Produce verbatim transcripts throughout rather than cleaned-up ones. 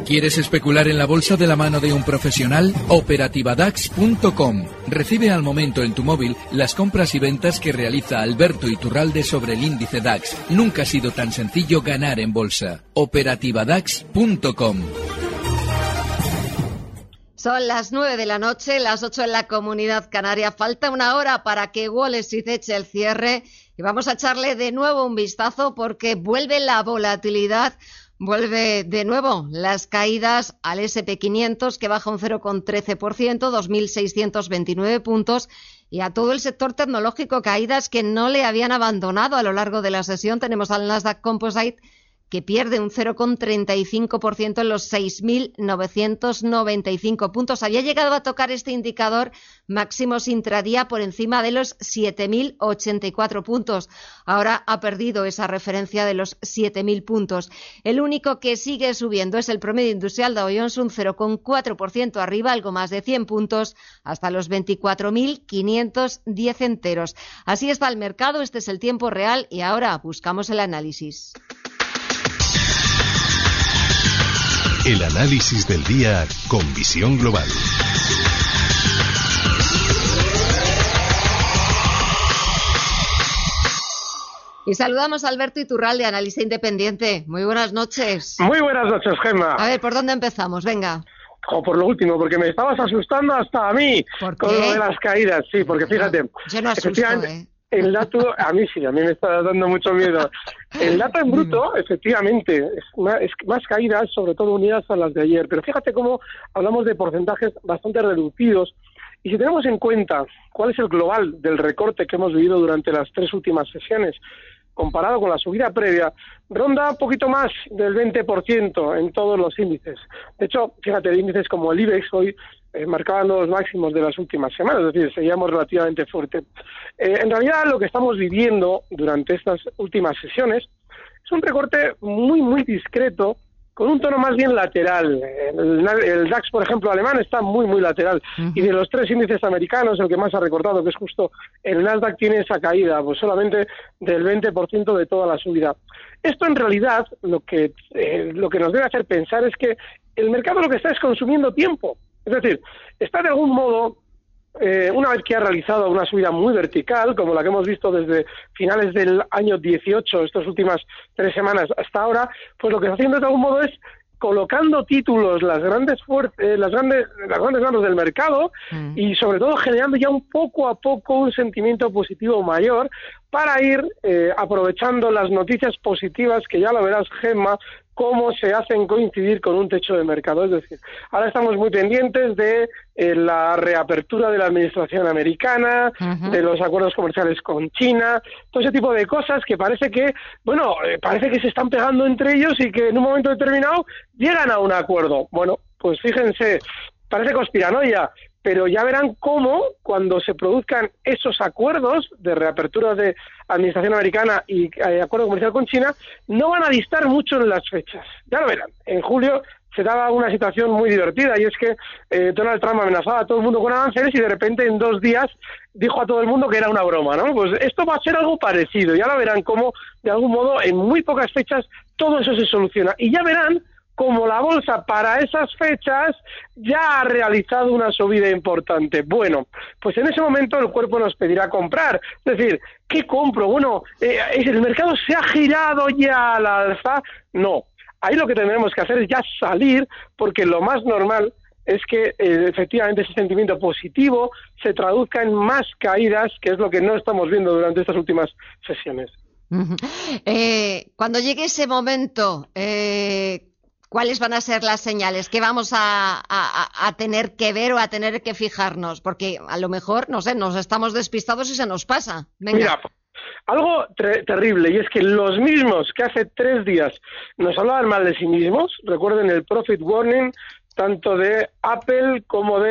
¿Quieres especular en la bolsa de la mano de un profesional? operativa dax punto com. Recibe al momento en tu móvil las compras y ventas que realiza Alberto Iturralde sobre el índice DAX. Nunca ha sido tan sencillo ganar en bolsa. operativa dax punto com. Son las nueve de la noche, las ocho en la Comunidad Canaria. Falta una hora para que Wall Street eche el cierre y vamos a echarle de nuevo un vistazo porque vuelve la volatilidad. Vuelve de nuevo las caídas al ese and pe quinientos, que baja un cero coma trece por ciento, dos mil seiscientos veintinueve puntos, y a todo el sector tecnológico, caídas que no le habían abandonado a lo largo de la sesión. Tenemos al Nasdaq Composite, que pierde un cero coma treinta y cinco por ciento en los seis mil novecientos noventa y cinco puntos. Había llegado a tocar este indicador máximos intradía por encima de los siete mil ochenta y cuatro puntos. Ahora ha perdido esa referencia de los siete mil puntos. El único que sigue subiendo es el promedio industrial Dow Jones, un cero coma cuatro por ciento arriba, algo más de cien puntos, hasta los veinticuatro mil quinientos diez enteros. Así está el mercado, este es el tiempo real y ahora buscamos el análisis. El análisis del día con visión global. Y saludamos a Alberto Iturralde, analista independiente. Muy buenas noches. Muy buenas noches, Gemma. A ver, ¿por dónde empezamos? Venga. O por lo último, porque me estabas asustando hasta a mí con lo de las caídas. Sí, porque fíjate. No, yo no asusto, ¿eh? El dato, a mí sí, a mí me está dando mucho miedo. El dato en bruto, efectivamente, es más, es más caídas, sobre todo unidas a las de ayer. Pero fíjate cómo hablamos de porcentajes bastante reducidos. Y si tenemos en cuenta cuál es el global del recorte que hemos vivido durante las tres últimas sesiones, comparado con la subida previa, ronda un poquito más del veinte por ciento en todos los índices. De hecho, fíjate, índices como el IBEX hoy eh, marcaban los máximos de las últimas semanas, es decir, seguíamos relativamente fuerte. Eh, en realidad, lo que estamos viviendo durante estas últimas sesiones es un recorte muy, muy discreto, con un tono más bien lateral. El, el DAX, por ejemplo, alemán, está muy, muy lateral. Uh-huh. Y de los tres índices americanos, el que más ha recortado, que es justo el Nasdaq, tiene esa caída, pues solamente del veinte por ciento de toda la subida. Esto, en realidad, lo que, eh, lo que nos debe hacer pensar es que el mercado lo que está es consumiendo tiempo. Es decir, está de algún modo... Eh, una vez que ha realizado una subida muy vertical, como la que hemos visto desde finales del año dieciocho, estas últimas tres semanas hasta ahora, pues lo que está haciendo de algún modo es colocando títulos las grandes fuer- eh, las grandes las grandes manos del mercado mm. y sobre todo generando ya un poco a poco un sentimiento positivo mayor para ir eh, aprovechando las noticias positivas que ya lo verás, Gemma, cómo se hacen coincidir con un techo de mercado. Es decir, ahora estamos muy pendientes de eh, la reapertura de la administración americana, uh-huh. de los acuerdos comerciales con China, todo ese tipo de cosas que parece que, bueno, eh, parece que se están pegando entre ellos y que en un momento determinado llegan a un acuerdo. Bueno, pues fíjense, parece conspiranoia, pero ya verán cómo cuando se produzcan esos acuerdos de reapertura de administración americana y eh, acuerdo comercial con China, no van a distar mucho en las fechas. Ya lo verán. En julio se daba una situación muy divertida y es que eh, Donald Trump amenazaba a todo el mundo con aranceles y de repente en dos días dijo a todo el mundo que era una broma, ¿no? Pues esto va a ser algo parecido. Ya lo verán cómo, de algún modo, en muy pocas fechas todo eso se soluciona. Y ya verán como la bolsa para esas fechas ya ha realizado una subida importante. Bueno, pues en ese momento el cuerpo nos pedirá comprar. Es decir, ¿qué compro? Bueno, eh, ¿el mercado se ha girado ya al alza? No. Ahí lo que tendremos que hacer es ya salir, porque lo más normal es que eh, efectivamente ese sentimiento positivo se traduzca en más caídas, que es lo que no estamos viendo durante estas últimas sesiones. Uh-huh. Eh, cuando llegue ese momento... Eh... ¿Cuáles van a ser las señales? ¿Qué vamos a, a, a tener que ver o a tener que fijarnos? Porque a lo mejor, no sé, nos estamos despistados y se nos pasa. Venga. Mira, algo tre- terrible, y es que los mismos que hace tres días nos hablaban mal de sí mismos, recuerden el profit warning, tanto de Apple como de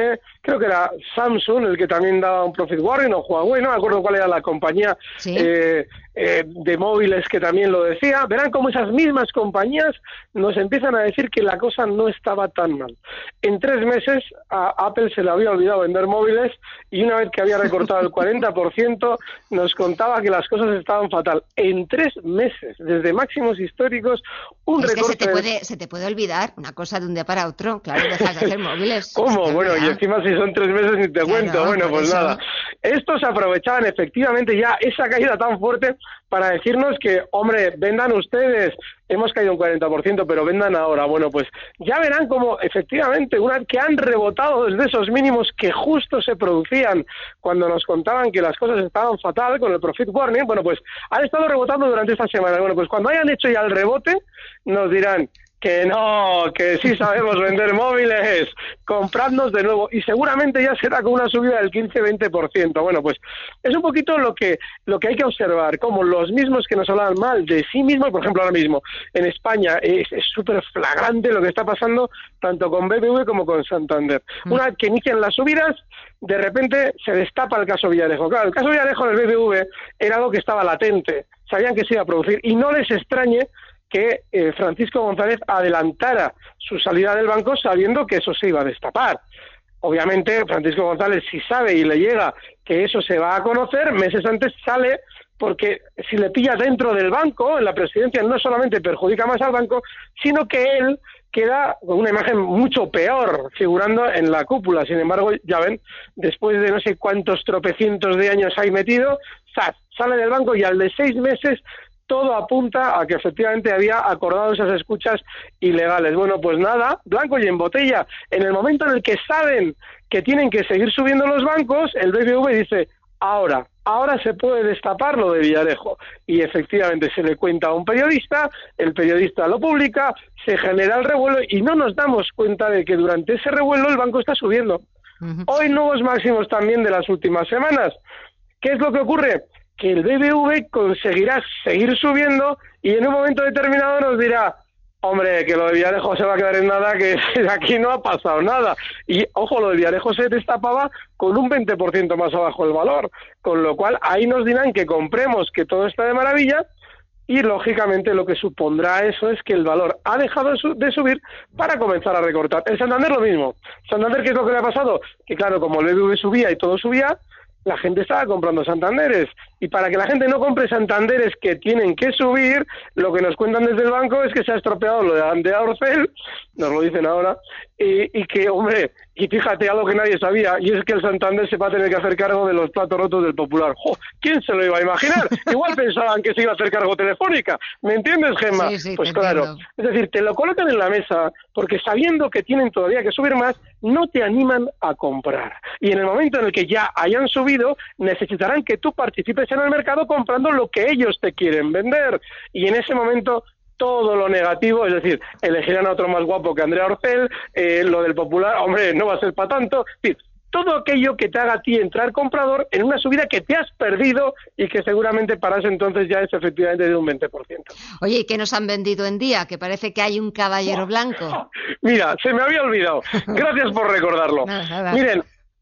creo que era Samsung el que también daba un profit warning, o Huawei, no me acuerdo cuál era la compañía ¿Sí? eh, eh, de móviles que también lo decía. Verán cómo esas mismas compañías nos empiezan a decir que la cosa no estaba tan mal. En tres meses a Apple se le había olvidado vender móviles y una vez que había recortado el cuarenta por ciento nos contaba que las cosas estaban fatal. En tres meses, desde máximos históricos, un es recorte... Que se, te puede, se te puede olvidar una cosa de un día para otro, claro, dejas de hacer móviles. ¿Cómo? Bueno, y encima si son tres meses ni te claro, cuento. Bueno, pues eso. Nada. Estos aprovechaban efectivamente ya esa caída tan fuerte para decirnos que, hombre, vendan ustedes, hemos caído un cuarenta por ciento, pero vendan ahora. Bueno, pues ya verán cómo efectivamente, una vez que han rebotado desde esos mínimos que justo se producían cuando nos contaban que las cosas estaban fatal con el profit warning, bueno, pues han estado rebotando durante esta semana. Bueno, pues cuando hayan hecho ya el rebote, nos dirán que no, que sí sabemos vender móviles, compradnos de nuevo, y seguramente ya será con una subida del quince a veinte por ciento. Bueno, pues es un poquito lo que lo que hay que observar, como los mismos que nos hablan mal de sí mismos, por ejemplo, ahora mismo en España es súper flagrante lo que está pasando tanto con B B V como con Santander. Mm. Una vez que inician las subidas, de repente se destapa el caso Villarejo. Claro, el caso Villarejo del B B V era algo que estaba latente, sabían que se iba a producir, y no les extrañe que eh, Francisco González adelantara su salida del banco sabiendo que eso se iba a destapar. Obviamente, Francisco González, si sabe y le llega que eso se va a conocer, meses antes sale, porque si le pilla dentro del banco, en la presidencia, no solamente perjudica más al banco, sino que él queda con una imagen mucho peor, figurando en la cúpula. Sin embargo, ya ven, después de no sé cuántos tropecientos de años ahí metido, ¡zas!, sale del banco y al de seis meses todo apunta a que efectivamente había acordado esas escuchas ilegales. Bueno, pues nada, blanco y en botella. En el momento en el que saben que tienen que seguir subiendo los bancos, el B B V dice, ahora, ahora se puede destapar lo de Villarejo. Y efectivamente se le cuenta a un periodista, el periodista lo publica, se genera el revuelo y no nos damos cuenta de que durante ese revuelo el banco está subiendo. Uh-huh. Hoy nuevos máximos también de las últimas semanas. ¿Qué es lo que ocurre? Que el B B V conseguirá seguir subiendo y en un momento determinado nos dirá, hombre, que lo de Villarejo se va a quedar en nada, que aquí no ha pasado nada. Y, ojo, lo de Villarejo se destapaba con un veinte por ciento más abajo el valor, con lo cual ahí nos dirán que compremos, que todo está de maravilla, y lógicamente lo que supondrá eso es que el valor ha dejado de, su- de subir para comenzar a recortar. En Santander lo mismo. Santander, ¿qué es lo que le ha pasado? Que claro, como el B B V subía y todo subía, la gente estaba comprando Santanderes, y para que la gente no compre Santanderes que tienen que subir, lo que nos cuentan desde el banco es que se ha estropeado lo de, de Orcel, nos lo dicen ahora, y, y que, hombre, y fíjate algo que nadie sabía, y es que el Santander se va a tener que hacer cargo de los platos rotos del Popular. ¡Jo! ¿Quién se lo iba a imaginar? Igual pensaban que se iba a hacer cargo Telefónica, ¿me entiendes, Gemma? Sí, sí, pues claro, entiendo. Es decir, te lo colocan en la mesa, porque sabiendo que tienen todavía que subir más, no te animan a comprar. Y en el momento en el que ya hayan subido, necesitarán que tú participes en el mercado comprando lo que ellos te quieren vender. Y en ese momento todo lo negativo, es decir, elegirán a otro más guapo que Andrea Orcel, eh, lo del Popular, hombre, no va a ser para tanto, es decir, todo aquello que te haga a ti entrar comprador en una subida que te has perdido y que seguramente para ese entonces ya es efectivamente de un veinte por ciento. Oye, ¿y qué nos han vendido en Día? Que parece que hay un caballero blanco. Mira, se me había olvidado. Gracias por recordarlo. Nada, nada. Miren,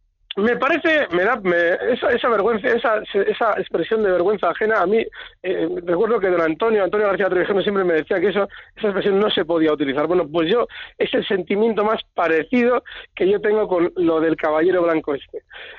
me parece, me da, me, esa, esa vergüenza, esa, esa expresión de vergüenza ajena, a mí, eh, recuerdo que don Antonio, Antonio García Trevijano siempre me decía que eso, esa expresión no se podía utilizar. Bueno, pues yo, es el sentimiento más parecido que yo tengo con lo del caballero blanco este.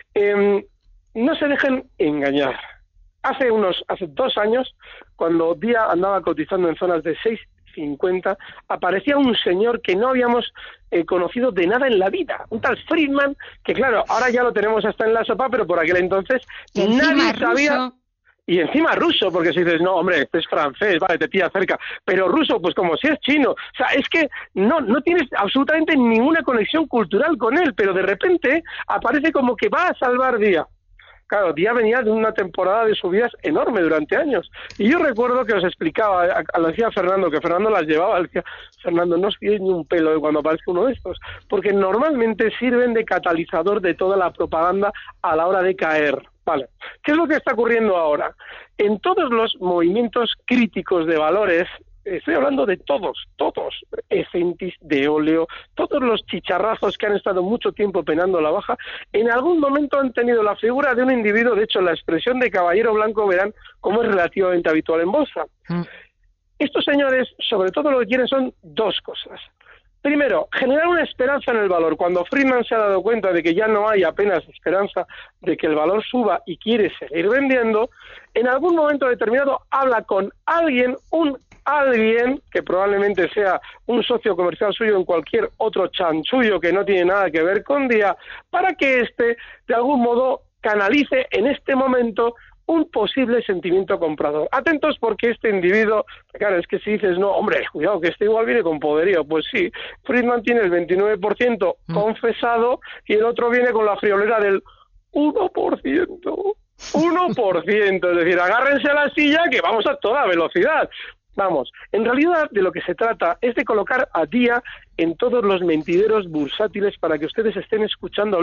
Eh, no se dejen engañar. Hace unos, hace dos años, cuando Día andaba cotizando en zonas de seis cincuenta, aparecía un señor que no habíamos eh, conocido de nada en la vida, un tal Friedman, que claro, ahora ya lo tenemos hasta en la sopa, pero por aquel entonces nadie sabía... Ruso. Y encima ruso, porque si dices, no, hombre, este es francés, vale, te pilla cerca, pero ruso, pues como si es chino. O sea, es que no, no tienes absolutamente ninguna conexión cultural con él, pero de repente aparece como que va a salvar Día. Claro, Día venía de una temporada de subidas enorme durante años. Y yo recuerdo que os explicaba, a, a, lo decía Fernando, que Fernando las llevaba, decía, Fernando, no os fiéis ni un pelo de cuando aparezca uno de estos, porque normalmente sirven de catalizador de toda la propaganda a la hora de caer. Vale. ¿Qué es lo que está ocurriendo ahora? En todos los movimientos críticos de valores, estoy hablando de todos, todos, Ecentis, de óleo, todos los chicharrazos que han estado mucho tiempo penando la baja, en algún momento han tenido la figura de un individuo. De hecho, la expresión de caballero blanco verán cómo es relativamente habitual en bolsa. Mm. Estos señores, sobre todo lo que quieren son dos cosas. Primero, generar una esperanza en el valor. Cuando Friedman se ha dado cuenta de que ya no hay apenas esperanza de que el valor suba y quiere seguir vendiendo, en algún momento determinado habla con alguien, un alguien que probablemente sea un socio comercial suyo en cualquier otro chanchullo que no tiene nada que ver con Día, para que éste, de algún modo, canalice en este momento un posible sentimiento comprador. Atentos, porque este individuo, claro, es que si dices, no, hombre, cuidado, que este igual viene con poderío, pues sí, Friedman tiene el veintinueve por ciento confesado y el otro viene con la friolera del uno por ciento. uno por ciento, es decir, agárrense a la silla que vamos a toda velocidad. Vamos, en realidad de lo que se trata es de colocar a Día en todos los mentideros bursátiles para que ustedes estén escuchando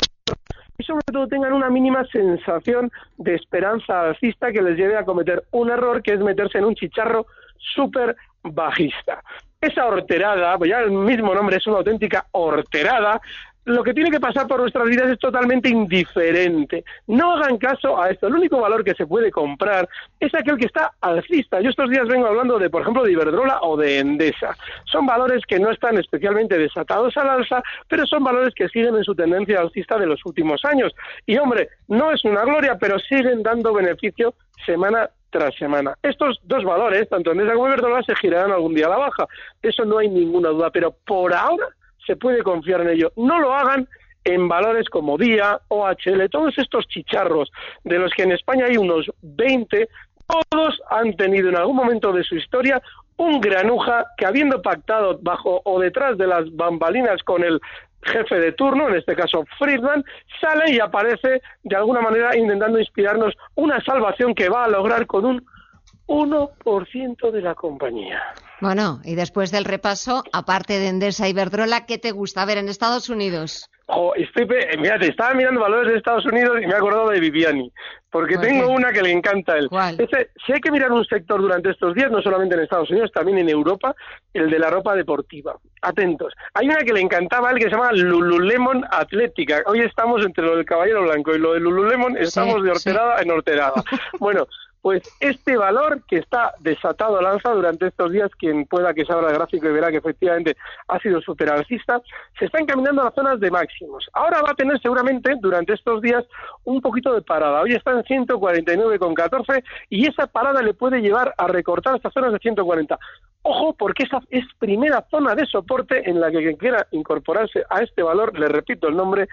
y sobre todo tengan una mínima sensación de esperanza alcista que les lleve a cometer un error, que es meterse en un chicharro súper bajista. Esa horterada, pues ya el mismo nombre es una auténtica horterada, lo que tiene que pasar por nuestras vidas es totalmente indiferente. No hagan caso a esto. El único valor que se puede comprar es aquel que está alcista. Yo estos días vengo hablando de, por ejemplo, de Iberdrola o de Endesa. Son valores que no están especialmente desatados al alza, pero son valores que siguen en su tendencia alcista de los últimos años. Y, hombre, no es una gloria, pero siguen dando beneficio semana tras semana. Estos dos valores, tanto Endesa como Iberdrola, se girarán algún día a la baja. De eso no hay ninguna duda, pero por ahora se puede confiar en ello. No lo hagan en valores como Día, O H L, todos estos chicharros, de los que en España hay unos veinte, todos han tenido en algún momento de su historia un granuja que, habiendo pactado bajo o detrás de las bambalinas con el jefe de turno, en este caso Friedman, sale y aparece de alguna manera intentando inspirarnos una salvación que va a lograr con un uno por ciento de la compañía. Bueno, y después del repaso, aparte de Endesa y Iberdrola, ¿qué te gusta ver en Estados Unidos? Oh, estoy, mira, te estaba mirando valores de Estados Unidos y me he acordado de Viviani, porque tengo qué? una que le encanta a él. ¿Cuál? Ese, si hay que mirar un sector durante estos días, no solamente en Estados Unidos, también en Europa, el de la ropa deportiva. Atentos. Hay una que le encantaba a él que se llama Lululemon Atlética. Hoy estamos entre lo del Caballero Blanco y lo de Lululemon, estamos sí, de horterada sí. en horterada. Bueno, pues este valor que está desatado al alza durante estos días, quien pueda que se abra el gráfico y verá que efectivamente ha sido superalcista, se está encaminando a las zonas de máximos. Ahora va a tener seguramente durante estos días un poquito de parada. Hoy está en ciento cuarenta y nueve con catorce y esa parada le puede llevar a recortar estas zonas de ciento cuarenta. Ojo, porque esa es primera zona de soporte en la que quien quiera incorporarse a este valor, le repito el nombre,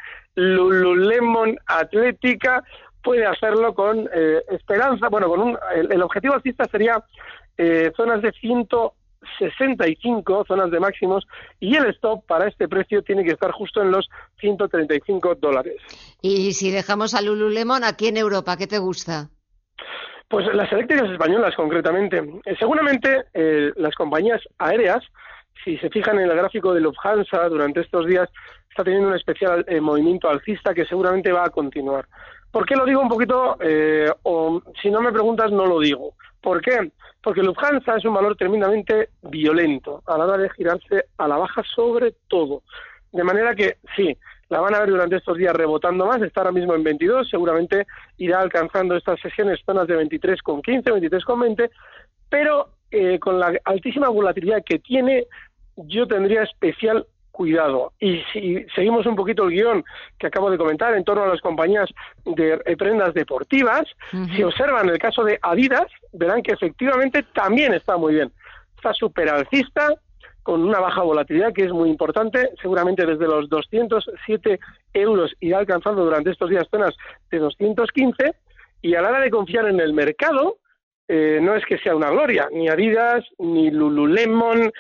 Lululemon Atlética, puede hacerlo con eh, esperanza. Bueno, con un, el, el objetivo alcista sería eh, zonas de ciento sesenta y cinco, zonas de máximos, y el stop para este precio tiene que estar justo en los ciento treinta y cinco dólares. Y si dejamos a Lululemon, aquí en Europa, ¿qué te gusta? Pues las eléctricas españolas, concretamente. Eh, seguramente eh, las compañías aéreas, si se fijan en el gráfico de Lufthansa durante estos días, está teniendo un especial eh, movimiento alcista que seguramente va a continuar. ¿Por qué lo digo un poquito? Eh, o si no me preguntas, no lo digo. ¿Por qué? Porque Lufthansa es un valor tremendamente violento a la hora de girarse a la baja sobre todo. De manera que, sí, la van a ver durante estos días rebotando más, está ahora mismo en veintidós, seguramente irá alcanzando estas sesiones zonas de veintitrés con quince, veintitrés con veinte, pero eh, con la altísima volatilidad que tiene, yo tendría especial cuidado. Y si seguimos un poquito el guión que acabo de comentar en torno a las compañías de eh, prendas deportivas, uh-huh. si observan el caso de Adidas, verán que efectivamente también está muy bien. Está súper alcista, con una baja volatilidad que es muy importante, seguramente desde los doscientos siete euros irá alcanzando durante estos días zonas de doscientos quince, y a la hora de confiar en el mercado, eh, no es que sea una gloria, ni Adidas, ni Lululemon,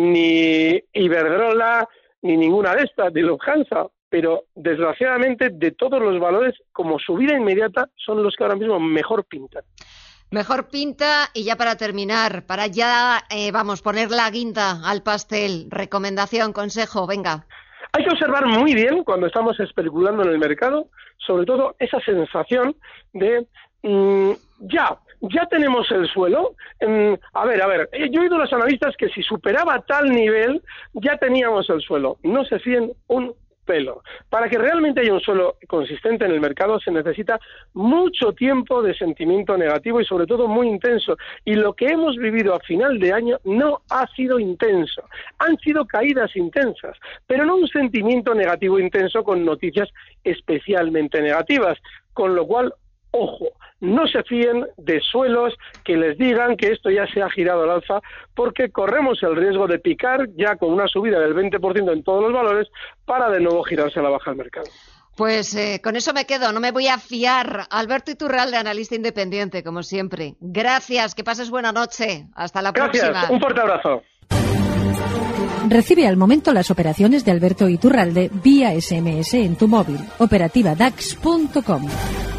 ni Iberdrola, ni ninguna de estas, de Lufthansa, pero desgraciadamente de todos los valores, como subida inmediata, son los que ahora mismo mejor pintan. Mejor pinta. Y ya para terminar, para ya, eh, vamos, poner la guinda al pastel, recomendación, consejo, venga. Hay que observar muy bien cuando estamos especulando en el mercado, sobre todo esa sensación de mmm, ya, ya tenemos el suelo. Eh, a ver, a ver, yo he oído a los analistas que si superaba tal nivel, ya teníamos el suelo. No se fíen un pelo. Para que realmente haya un suelo consistente en el mercado se necesita mucho tiempo de sentimiento negativo y sobre todo muy intenso. Y lo que hemos vivido a final de año no ha sido intenso. Han sido caídas intensas, pero no un sentimiento negativo intenso con noticias especialmente negativas. Con lo cual, ojo, no se fíen de suelos que les digan que esto ya se ha girado al alza, porque corremos el riesgo de picar ya con una subida del veinte por ciento en todos los valores para de nuevo girarse a la baja el mercado. Pues eh, con eso me quedo, no me voy a fiar. Alberto Iturralde, analista independiente, como siempre. Gracias, que pases buena noche. Hasta la Gracias, próxima. Un fuerte abrazo. Recibe al momento las operaciones de Alberto Iturralde vía ese eme ese en tu móvil. operativa dax punto com.